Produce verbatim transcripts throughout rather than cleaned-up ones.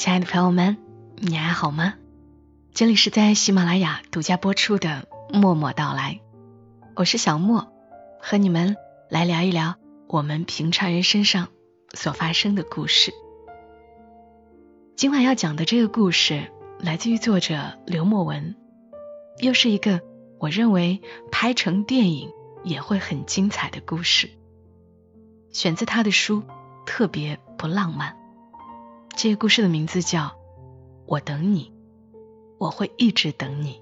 亲爱的朋友们，你还好吗？这里是在喜马拉雅独家播出的默默到来，我是小默，和你们来聊一聊我们平常人身上所发生的故事。今晚要讲的这个故事来自于作者刘墨文，又是一个我认为拍成电影也会很精彩的故事，选自他的书《特别不浪漫》。这个故事的名字叫《我等你，我会一直等你》。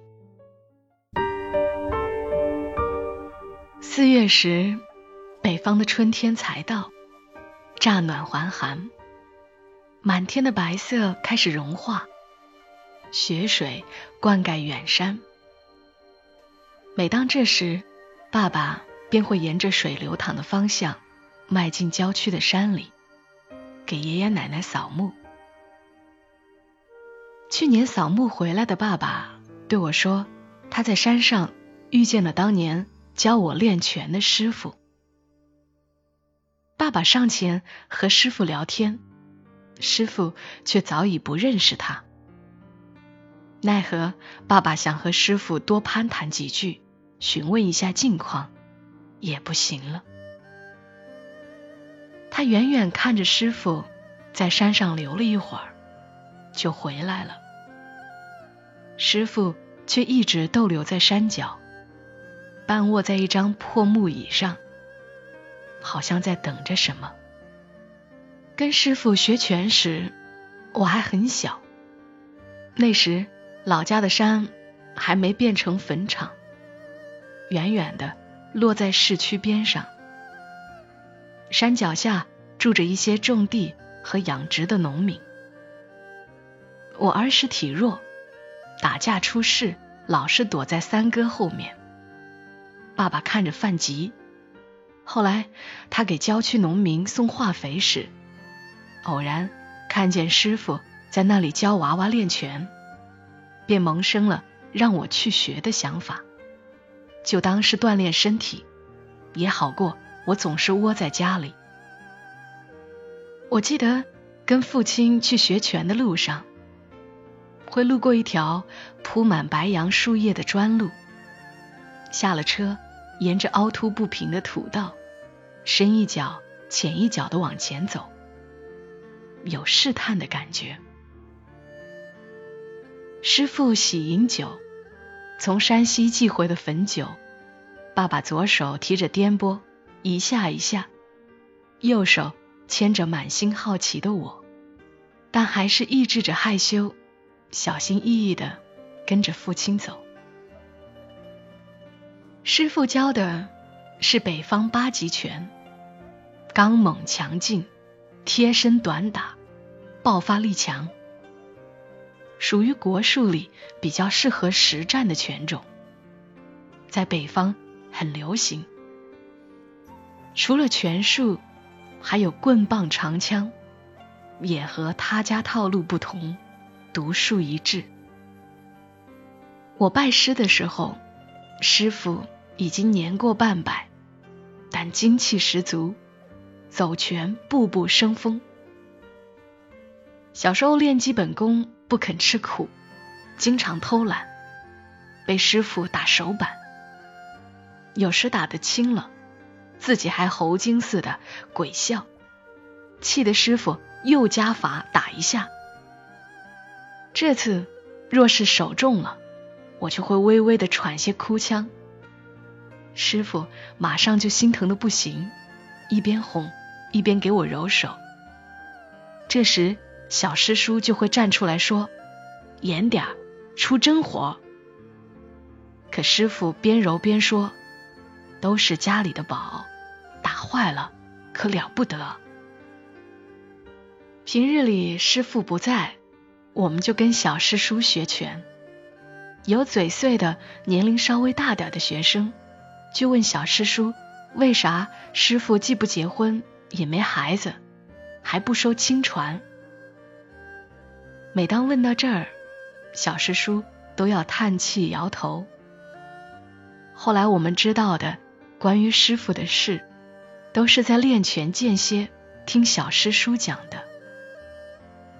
四月时，北方的春天才到，乍暖还寒，满天的白色开始融化，雪水灌溉远山。每当这时，爸爸便会沿着水流淌的方向迈进郊区的山里，给爷爷奶奶扫墓。去年扫墓回来的爸爸对我说，他在山上遇见了当年教我练拳的师傅。爸爸上前和师傅聊天，师傅却早已不认识他。奈何爸爸想和师傅多攀谈几句，询问一下近况，也不行了。他远远看着师傅在山上留了一会儿，就回来了。师傅却一直逗留在山脚，半卧在一张破木椅上，好像在等着什么。跟师傅学拳时，我还很小，那时老家的山还没变成坟场，远远的落在市区边上。山脚下住着一些种地和养殖的农民。我儿时体弱，打架出事老是躲在三哥后面，爸爸看着犯急。后来他给郊区农民送化肥时，偶然看见师傅在那里教娃娃练拳，便萌生了让我去学的想法，就当是锻炼身体，也好过我总是窝在家里。我记得跟父亲去学拳的路上，会路过一条铺满白杨树叶的砖路，下了车，沿着凹凸不平的土道，深一脚浅一脚地往前走，有试探的感觉。师傅喜饮酒，从山西寄回的汾酒，爸爸左手提着颠簸，一下一下，右手牵着满心好奇的我，但还是抑制着害羞，小心翼翼地跟着父亲走。师傅教的是北方八极拳，刚猛强劲，贴身短打，爆发力强，属于国术里比较适合实战的拳种，在北方很流行。除了拳术，还有棍棒长枪，也和他家套路不同，独树一帜。我拜师的时候，师傅已经年过半百，但精气十足，走拳步步生风。小时候练基本功不肯吃苦，经常偷懒，被师傅打手板，有时打得轻了，自己还猴精似的鬼笑，气得师傅又加法打一下。这次若是手重了，我就会微微的喘些哭腔，师傅马上就心疼的不行，一边哄一边给我揉手。这时小师叔就会站出来说，严点儿，出真活。可师傅边揉边说，都是家里的宝，打坏了可了不得。平日里师傅不在，我们就跟小师叔学拳。有嘴碎的年龄稍微大点的学生，就问小师叔，为啥师傅既不结婚也没孩子，还不收亲传。每当问到这儿，小师叔都要叹气摇头。后来我们知道的关于师傅的事，都是在练拳间歇听小师叔讲的。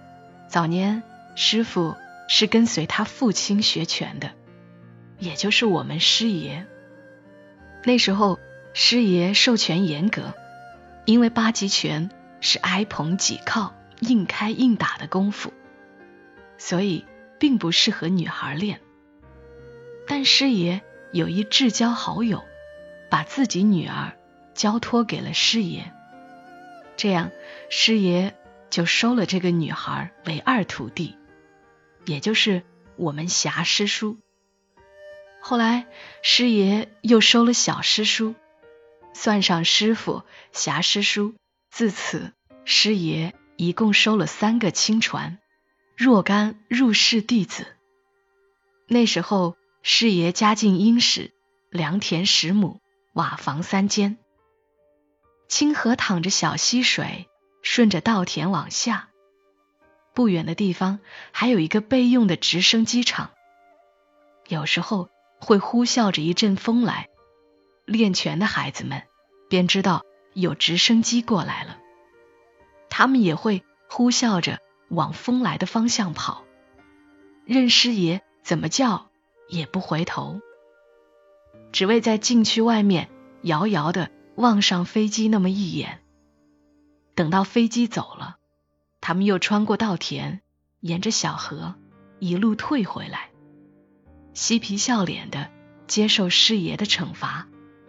早年师傅是跟随他父亲学拳的，也就是我们师爷。那时候师爷授权严格，因为八极拳是挨捧挤靠、硬开硬打的功夫，所以并不适合女孩练。但师爷有一至交好友，把自己女儿交托给了师爷，这样师爷就收了这个女孩为二徒弟，也就是我们侠师叔。后来师爷又收了小师叔，算上师傅、侠师叔，自此师爷一共收了三个亲传，若干入室弟子。那时候师爷家境殷实，良田十亩，瓦房三间。清河淌着小溪水，顺着稻田往下，不远的地方还有一个备用的直升机场，有时候会呼啸着一阵风来，练拳的孩子们便知道有直升机过来了，他们也会呼啸着往风来的方向跑，任师爷怎么叫也不回头，只为在禁区外面遥遥地望上飞机那么一眼。等到飞机走了，他们又穿过稻田，沿着小河一路退回来，嬉皮笑脸地接受师爷的惩罚。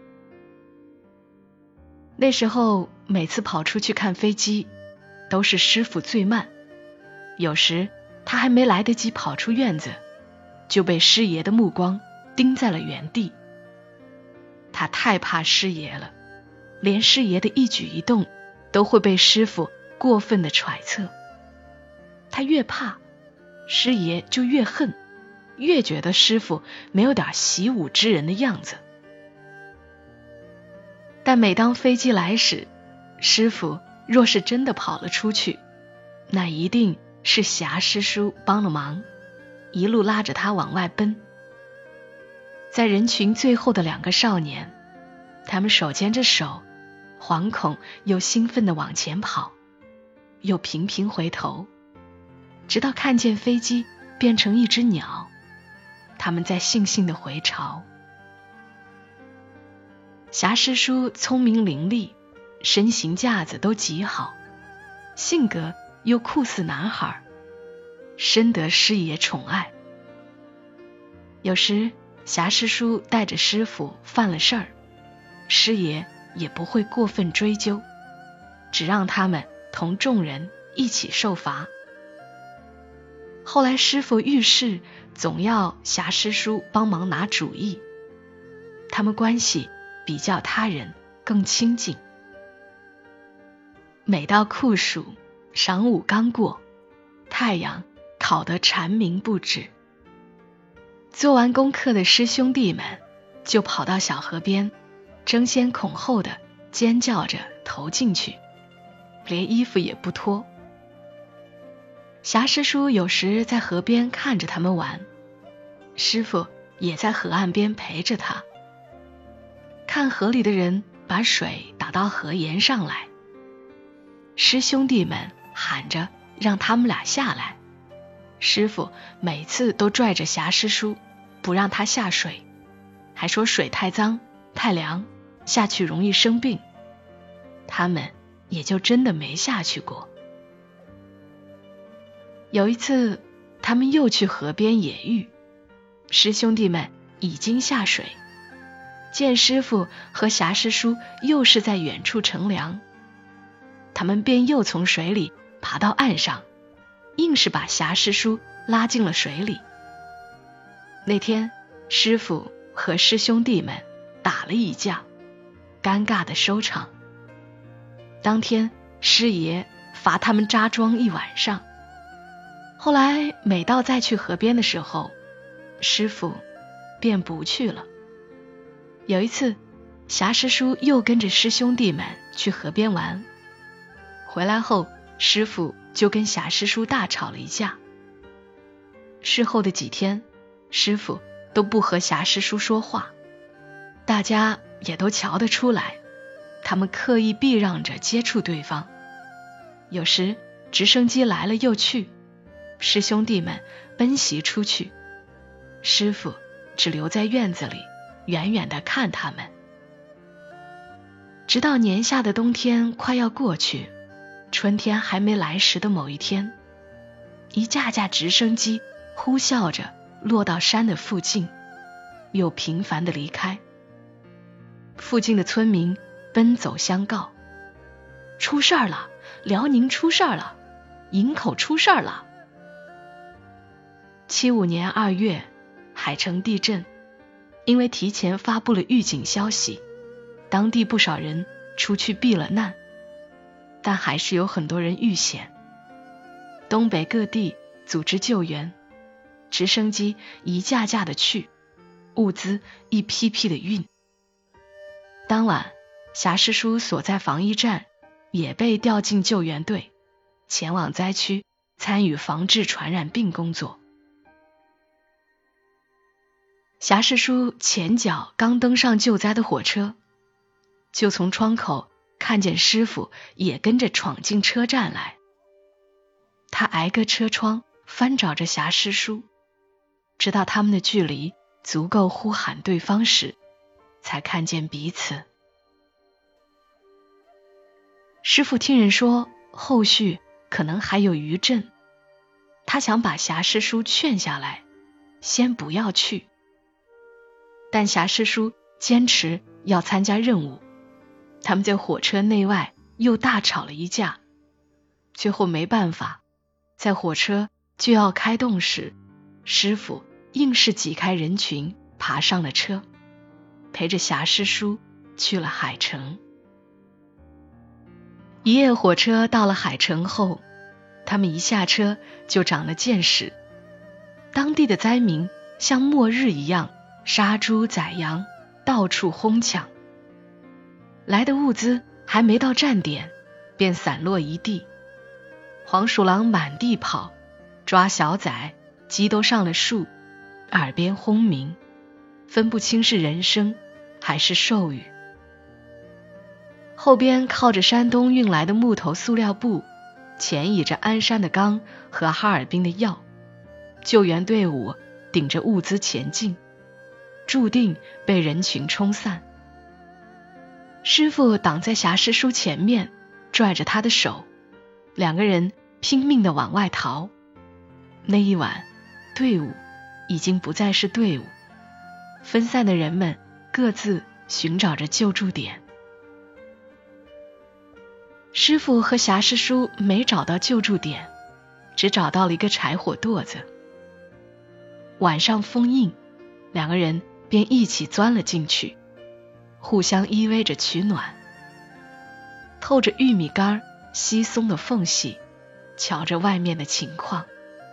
那时候每次跑出去看飞机，都是师傅最慢，有时他还没来得及跑出院子，就被师爷的目光盯在了原地。他太怕师爷了，连师爷的一举一动都会被师傅过分的揣测。他越怕，师爷就越恨，越觉得师傅没有点习武之人的样子。但每当飞机来时，师傅若是真的跑了出去，那一定是侠师叔帮了忙，一路拉着他往外奔。在人群最后的两个少年，他们手牵着手，惶恐又兴奋地往前跑，又频频回头，直到看见飞机变成一只鸟，他们再悻悻地回巢。侠师叔聪明伶俐，身形架子都极好，性格又酷似男孩，深得师爷宠爱。有时侠师叔带着师傅犯了事儿，师爷也不会过分追究，只让他们同众人一起受罚。后来师傅遇事总要侠师叔帮忙拿主意，他们关系比较他人更亲近。每到酷暑，晌午刚过，太阳烤得蝉鸣不止，做完功课的师兄弟们就跑到小河边，争先恐后的尖叫着投进去，连衣服也不脱。侠师叔有时在河边看着他们玩，师傅也在河岸边陪着他。看河里的人把水打到河沿上来，师兄弟们喊着让他们俩下来，师傅每次都拽着侠师叔不让他下水，还说水太脏太凉，下去容易生病，他们也就真的没下去过。有一次他们又去河边野浴，师兄弟们已经下水，见师傅和侠师叔又是在远处乘凉，他们便又从水里爬到岸上，硬是把侠师叔拉进了水里。那天师傅和师兄弟们打了一架，尴尬的收场。当天师爷罚他们扎桩一晚上。后来每到再去河边的时候，师傅便不去了。有一次侠师叔又跟着师兄弟们去河边玩，回来后师傅就跟侠师叔大吵了一架。事后的几天，师傅都不和侠师叔说话，大家也都瞧得出来，他们刻意避让着接触对方。有时直升机来了又去， 师兄弟们奔袭出去，师父只留在院子里，远远地看他们。直到年下的冬天快要过去，春天还没来时的某一天，一架架直升机呼啸着落到山的附近，又频繁地离开。附近的村民奔走相告，出事儿了，辽宁出事儿了，营口出事儿了。七五年二月，海城地震，因为提前发布了预警消息，当地不少人出去避了难，但还是有很多人遇险。东北各地组织救援，直升机一架架的去，物资一批批的运。当晚，霞师叔所在防疫站也被调进救援队，前往灾区参与防治传染病工作。霞师叔前脚刚登上救灾的火车，就从窗口看见师父也跟着闯进车站来。他挨个车窗翻找着霞师叔，直到他们的距离足够呼喊对方时，才看见彼此。师父听人说后续可能还有余震，他想把霞师叔劝下来，先不要去。但霞师叔坚持要参加任务，他们在火车内外又大吵了一架。最后没办法，在火车就要开动时，师父硬是挤开人群爬上了车，陪着霞师叔去了海城。一夜火车到了海城后，他们一下车就长了见识。当地的灾民像末日一样杀猪宰羊，到处哄抢。来的物资还没到站点，便散落一地。黄鼠狼满地跑，抓小崽，鸡都上了树，耳边轰鸣，分不清是人声还是兽语。后边靠着山东运来的木头塑料布，前倚着鞍山的钢和哈尔滨的药，救援队伍顶着物资前进，注定被人群冲散。师父挡在霞师叔前面，拽着他的手，两个人拼命地往外逃。那一晚，队伍已经不再是队伍，分散的人们各自寻找着救助点。师父和霞师叔没找到救助点，只找到了一个柴火垛子。晚上风硬，两个人便一起钻了进去，互相依偎着取暖。透着玉米杆稀松的缝隙，瞧着外面的情况。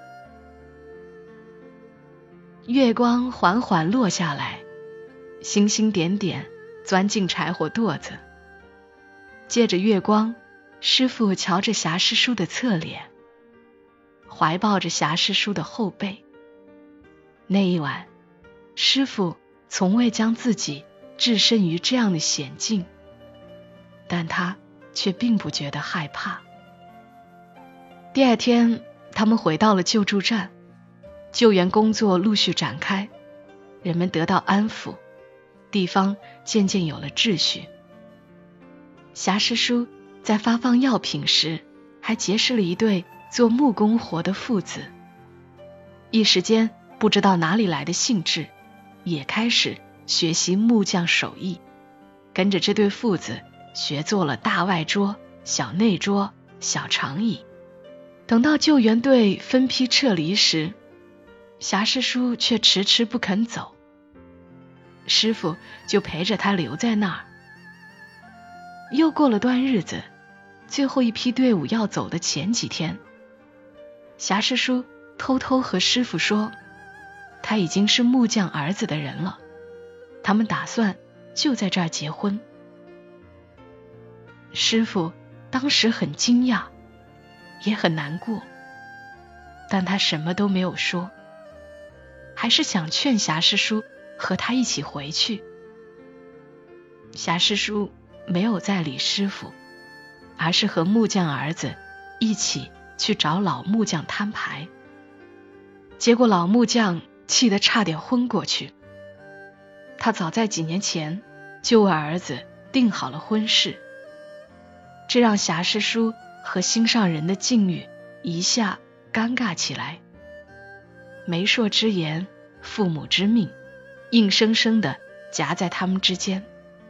月光缓缓落下来，星星点点钻进柴火垛子。借着月光，师父瞧着霞师叔的侧脸，怀抱着霞师叔的后背。那一晚，师父从未将自己置身于这样的险境，但他却并不觉得害怕。第二天，他们回到了救助站，救援工作陆续展开，人们得到安抚，地方渐渐有了秩序。霞师叔在发放药品时，还结识了一对做木工活的父子，一时间不知道哪里来的兴致，也开始学习木匠手艺，跟着这对父子学做了大外桌、小内桌、小长椅。等到救援队分批撤离时，霞师叔却迟迟不肯走，师父就陪着他留在那儿。又过了段日子，最后一批队伍要走的前几天，霞师叔偷偷和师父说，他已经是木匠儿子的人了，他们打算就在这儿结婚。师父当时很惊讶，也很难过，但他什么都没有说，还是想劝霞师叔和他一起回去。霞师叔没有再理师父，而是和木匠儿子一起去找老木匠摊牌。 结果老木匠气得差点昏过去。他早在几年前就为儿子定好了婚事，这让侠师叔和心上人的境遇一下尴尬起来。媒妁之言，父母之命，硬生生地夹在他们之间。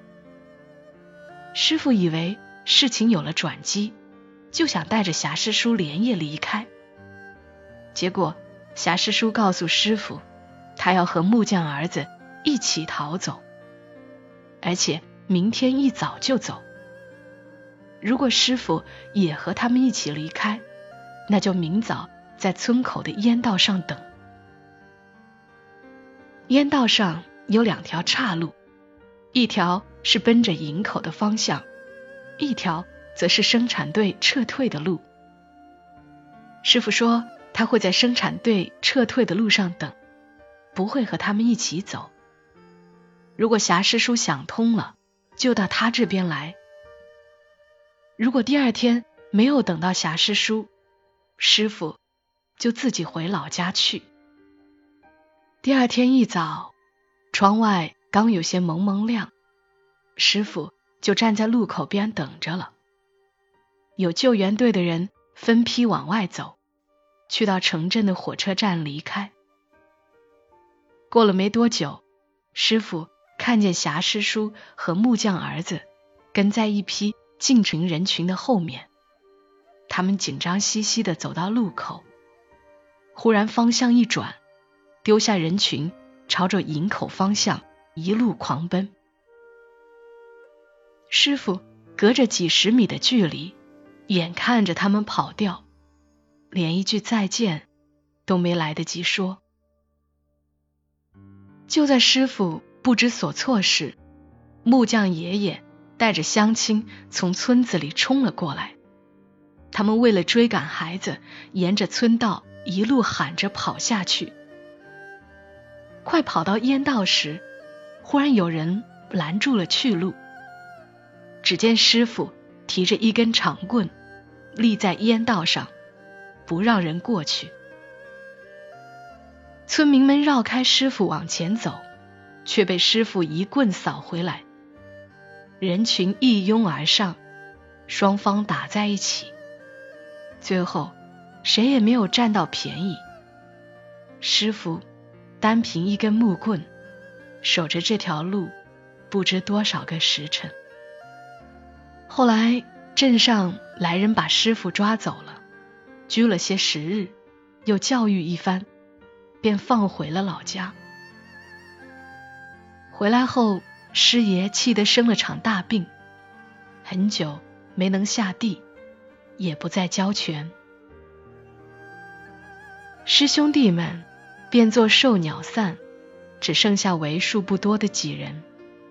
师父以为事情有了转机，就想带着侠师叔连夜离开。结果侠师叔告诉师父，他要和木匠儿子一起逃走，而且明天一早就走。如果师父也和他们一起离开，那就明早在村口的烟道上等。烟道上有两条岔路，一条是奔着营口的方向，一条则是生产队撤退的路。师父说他会在生产队撤退的路上等，不会和他们一起走。如果侠师叔想通了，就到他这边来。如果第二天没有等到侠师叔，师父就自己回老家去。第二天一早，窗外刚有些蒙蒙亮，师父就站在路口边等着了。有救援队的人分批往外走，去到城镇的火车站离开。过了没多久，师父看见侠师叔和木匠儿子跟在一批进城人群的后面，他们紧张兮兮地走到路口，忽然方向一转，丢下人群，朝着营口方向一路狂奔。师父隔着几十米的距离，眼看着他们跑掉，连一句再见都没来得及说。就在师父不知所措时，木匠爷爷带着乡亲从村子里冲了过来。他们为了追赶孩子，沿着村道一路喊着跑下去。快跑到烟道时，忽然有人拦住了去路。只见师父提着一根长棍立在烟道上，不让人过去。村民们绕开师父往前走，却被师父一棍扫回来。人群一拥而上，双方打在一起，最后谁也没有占到便宜。师父单凭一根木棍守着这条路不知多少个时辰。后来镇上来人把师父抓走了，拘了些时日，又教育一番，便放回了老家。回来后，师爷气得生了场大病，很久没能下地，也不再交拳。师兄弟们变作兽鸟散，只剩下为数不多的几人。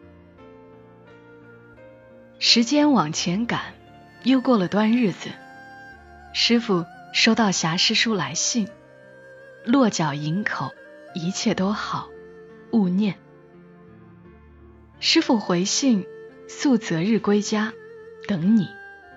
时间往前赶，又过了段日子，师父收到侠师叔来信，落脚营口，一切都好，勿念。师父回信，速择日归家，等你。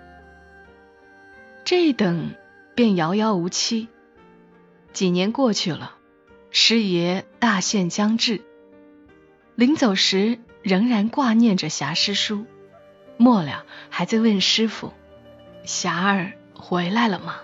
这一等便遥遥无期。几年过去了，师爷大限将至，临走时仍然挂念着侠师叔，末了还在问师父：侠儿回来了吗？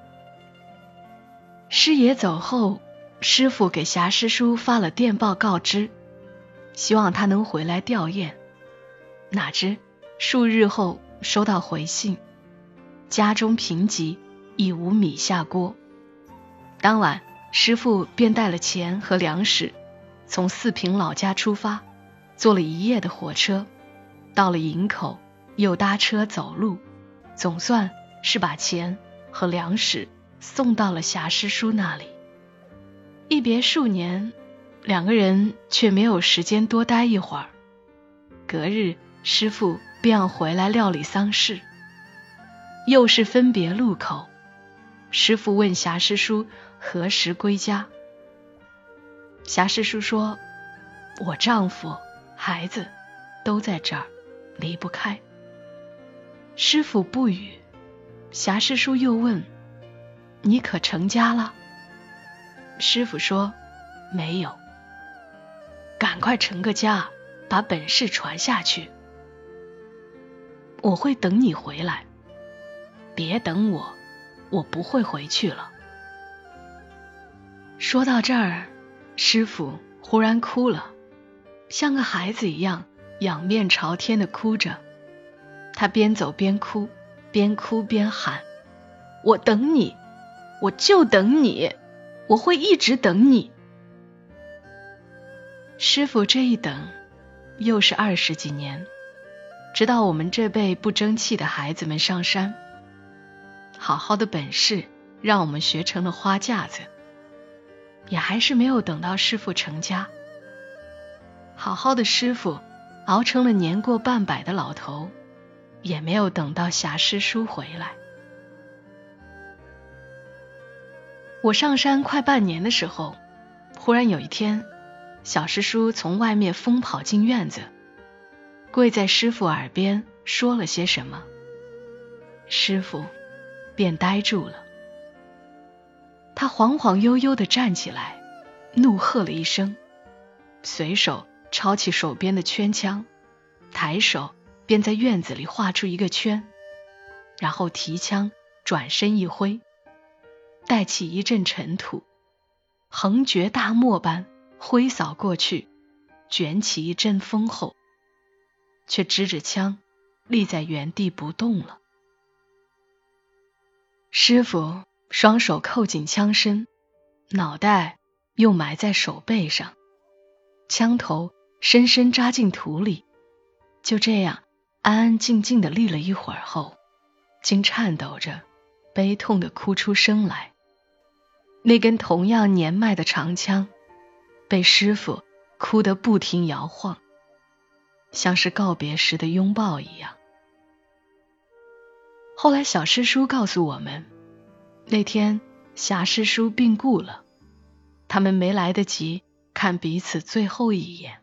师爷走后，师父给侠师叔发了电报告知，希望他能回来吊唁。哪知数日后收到回信，家中贫瘠，已无米下锅。当晚师父便带了钱和粮食，从四平老家出发，坐了一夜的火车，到了营口，又搭车走路，总算是把钱和粮食送到了侠师叔那里。一别数年，两个人却没有时间多待一会儿。隔日，师父便要回来料理丧事。又是分别路口，师父问侠师叔何时归家。侠师叔说：我丈夫、孩子都在这儿，离不开。师父不语。侠师叔又问：你可成家了？ 师傅说没有，赶快成个家，把本事传下去。我会等你回来，别等我，我不会回去了。说到这儿，师傅忽然哭了，像个孩子一样仰面朝天地哭着。他边走边哭，边哭边喊，我等你，我就等你，我会一直等你。师傅这一等又是二十几年，直到我们这辈不争气的孩子们上山，好好的本事让我们学成了花架子，也还是没有等到师傅成家。好好的师傅熬成了年过半百的老头，也没有等到侠师叔回来。我上山快半年的时候，忽然有一天，小师叔从外面疯跑进院子，跪在师傅耳边说了些什么，师傅便呆住了。他晃晃悠悠地站起来，怒喝了一声，随手抄起手边的圈枪，抬手便在院子里画出一个圈，然后提枪转身一挥，带起一阵尘土，横绝大漠般挥扫过去，卷起一阵风后，却支着枪立在原地不动了。师傅双手扣紧枪身，脑袋又埋在手背上，枪头深深扎进土里，就这样安安静静地立了一会儿后，竟颤抖着悲痛地哭出声来。那根同样年迈的长枪被师傅哭得不停摇晃，像是告别时的拥抱一样。后来小师叔告诉我们，那天侠师叔病故了，他们没来得及看彼此最后一眼。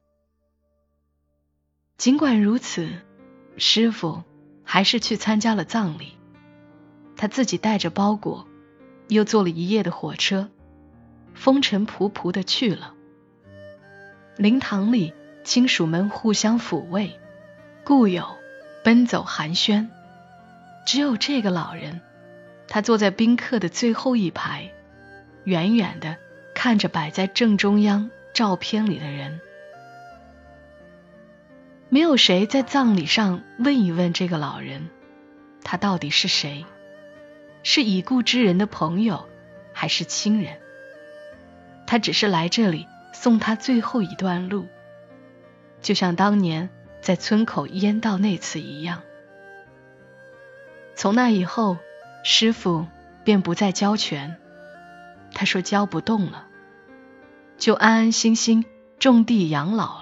尽管如此，师傅还是去参加了葬礼。他自己带着包裹，又坐了一夜的火车，风尘仆仆地去了。灵堂里亲属们互相抚慰，故友奔走寒暄，只有这个老人，他坐在宾客的最后一排，远远地看着摆在正中央照片里的人。没有谁在葬礼上问一问这个老人，他到底是谁？是已故之人的朋友，还是亲人？他只是来这里送他最后一段路，就像当年在村口烟道那次一样。从那以后，师傅便不再教拳，他说教不动了，就安安心心种地养老了。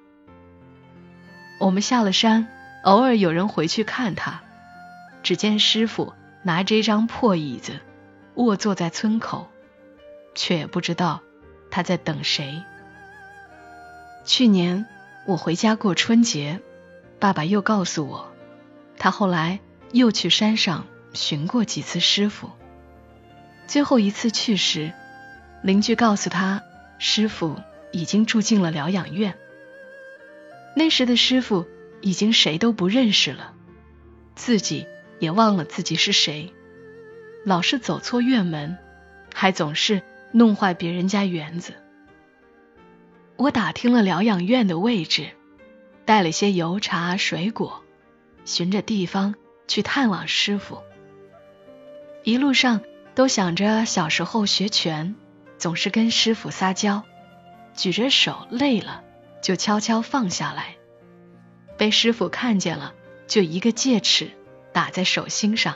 我们下了山，偶尔有人回去看他，只见师傅拿着一张破椅子卧坐在村口，却也不知道他在等谁。去年我回家过春节，爸爸又告诉我，他后来又去山上寻过几次师傅，最后一次去时，邻居告诉他，师傅已经住进了疗养院。那时的师傅已经谁都不认识了，自己也忘了自己是谁，老是走错院门，还总是弄坏别人家园子。我打听了疗养院的位置，带了些油茶水果，寻着地方去探望师傅。一路上都想着小时候学拳，总是跟师傅撒娇，举着手累了就悄悄放下来，被师傅看见了就一个戒尺打在手心上。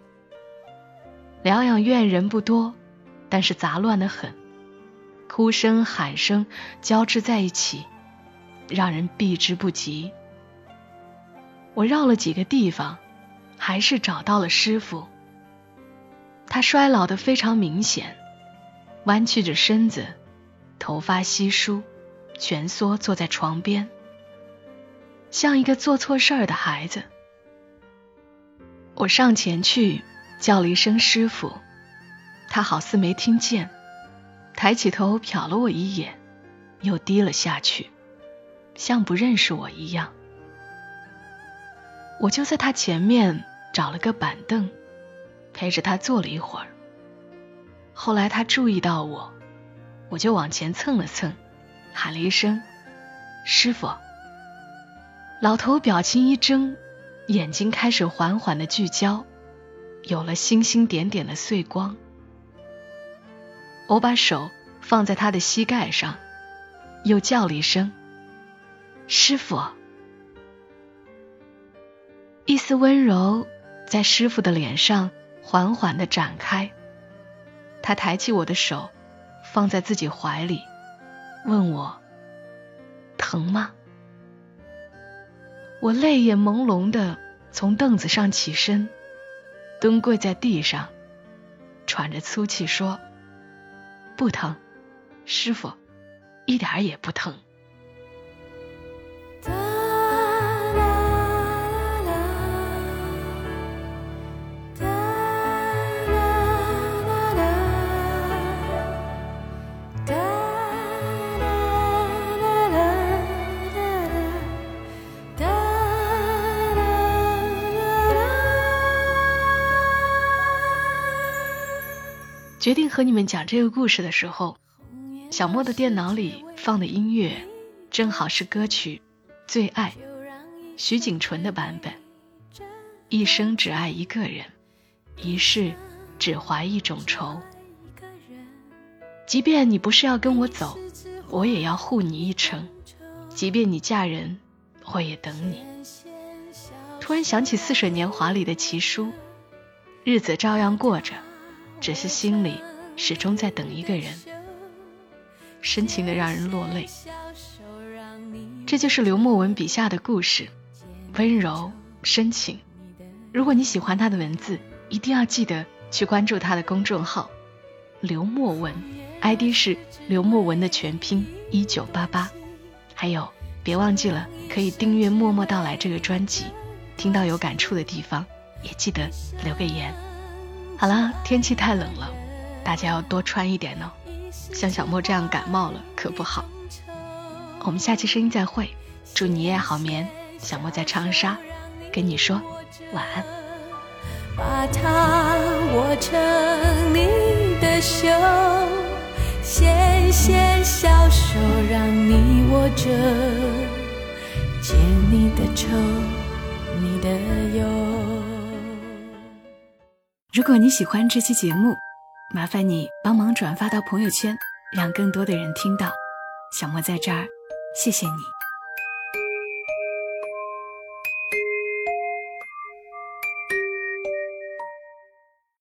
疗养院人不多，但是杂乱得很，哭声喊声交织在一起，让人避之不及。我绕了几个地方，还是找到了师傅。他衰老得非常明显，弯曲着身子，头发稀疏，蜷缩坐在床边，像一个做错事儿的孩子。我上前去叫了一声师傅，他好似没听见， 抬起头瞟了我一眼，又低了下去，像不认识我一样。我就在他前面找了个板凳，陪着他坐了一会儿。后来他注意到我，我就往前蹭了蹭，喊了一声师傅。老头表情一怔，眼睛开始缓缓的聚焦，有了星星点点的碎光。我把手放在他的膝盖上，又叫了一声师傅。一丝温柔在师傅的脸上缓缓地展开，他抬起我的手放在自己怀里，问我疼吗？我泪眼朦胧地从凳子上起身，蹲跪在地上，喘着粗气说不疼，师傅，一点也不疼。决定和你们讲这个故事的时候，小莫的电脑里放的音乐正好是歌曲《最爱》，徐锦纯的版本。一生只爱一个人，一世只怀一种愁。即便你不是要跟我走，我也要护你一程。即便你嫁人，我也等你。突然想起《似水年华》里的齐叔，日子照样过着，只是心里始终在等一个人，深情的让人落泪。这就是刘墨文笔下的故事，温柔深情。如果你喜欢他的文字，一定要记得去关注他的公众号刘墨文， I D 是刘墨文的全拼一九八八。还有别忘记了可以订阅默默到来这个专辑，听到有感触的地方也记得留个言。好啦，天气太冷了，大家要多穿一点哦，像小莫这样感冒了可不好。我们下期声音再会，祝你夜好眠。小莫在长沙跟你说晚安。 把它握成你的手，纤纤小手让你握着，解你的愁，你的忧。 如果你喜欢这期节目，麻烦你帮忙转发到朋友圈，让更多的人听到。小莫在这儿，谢谢你。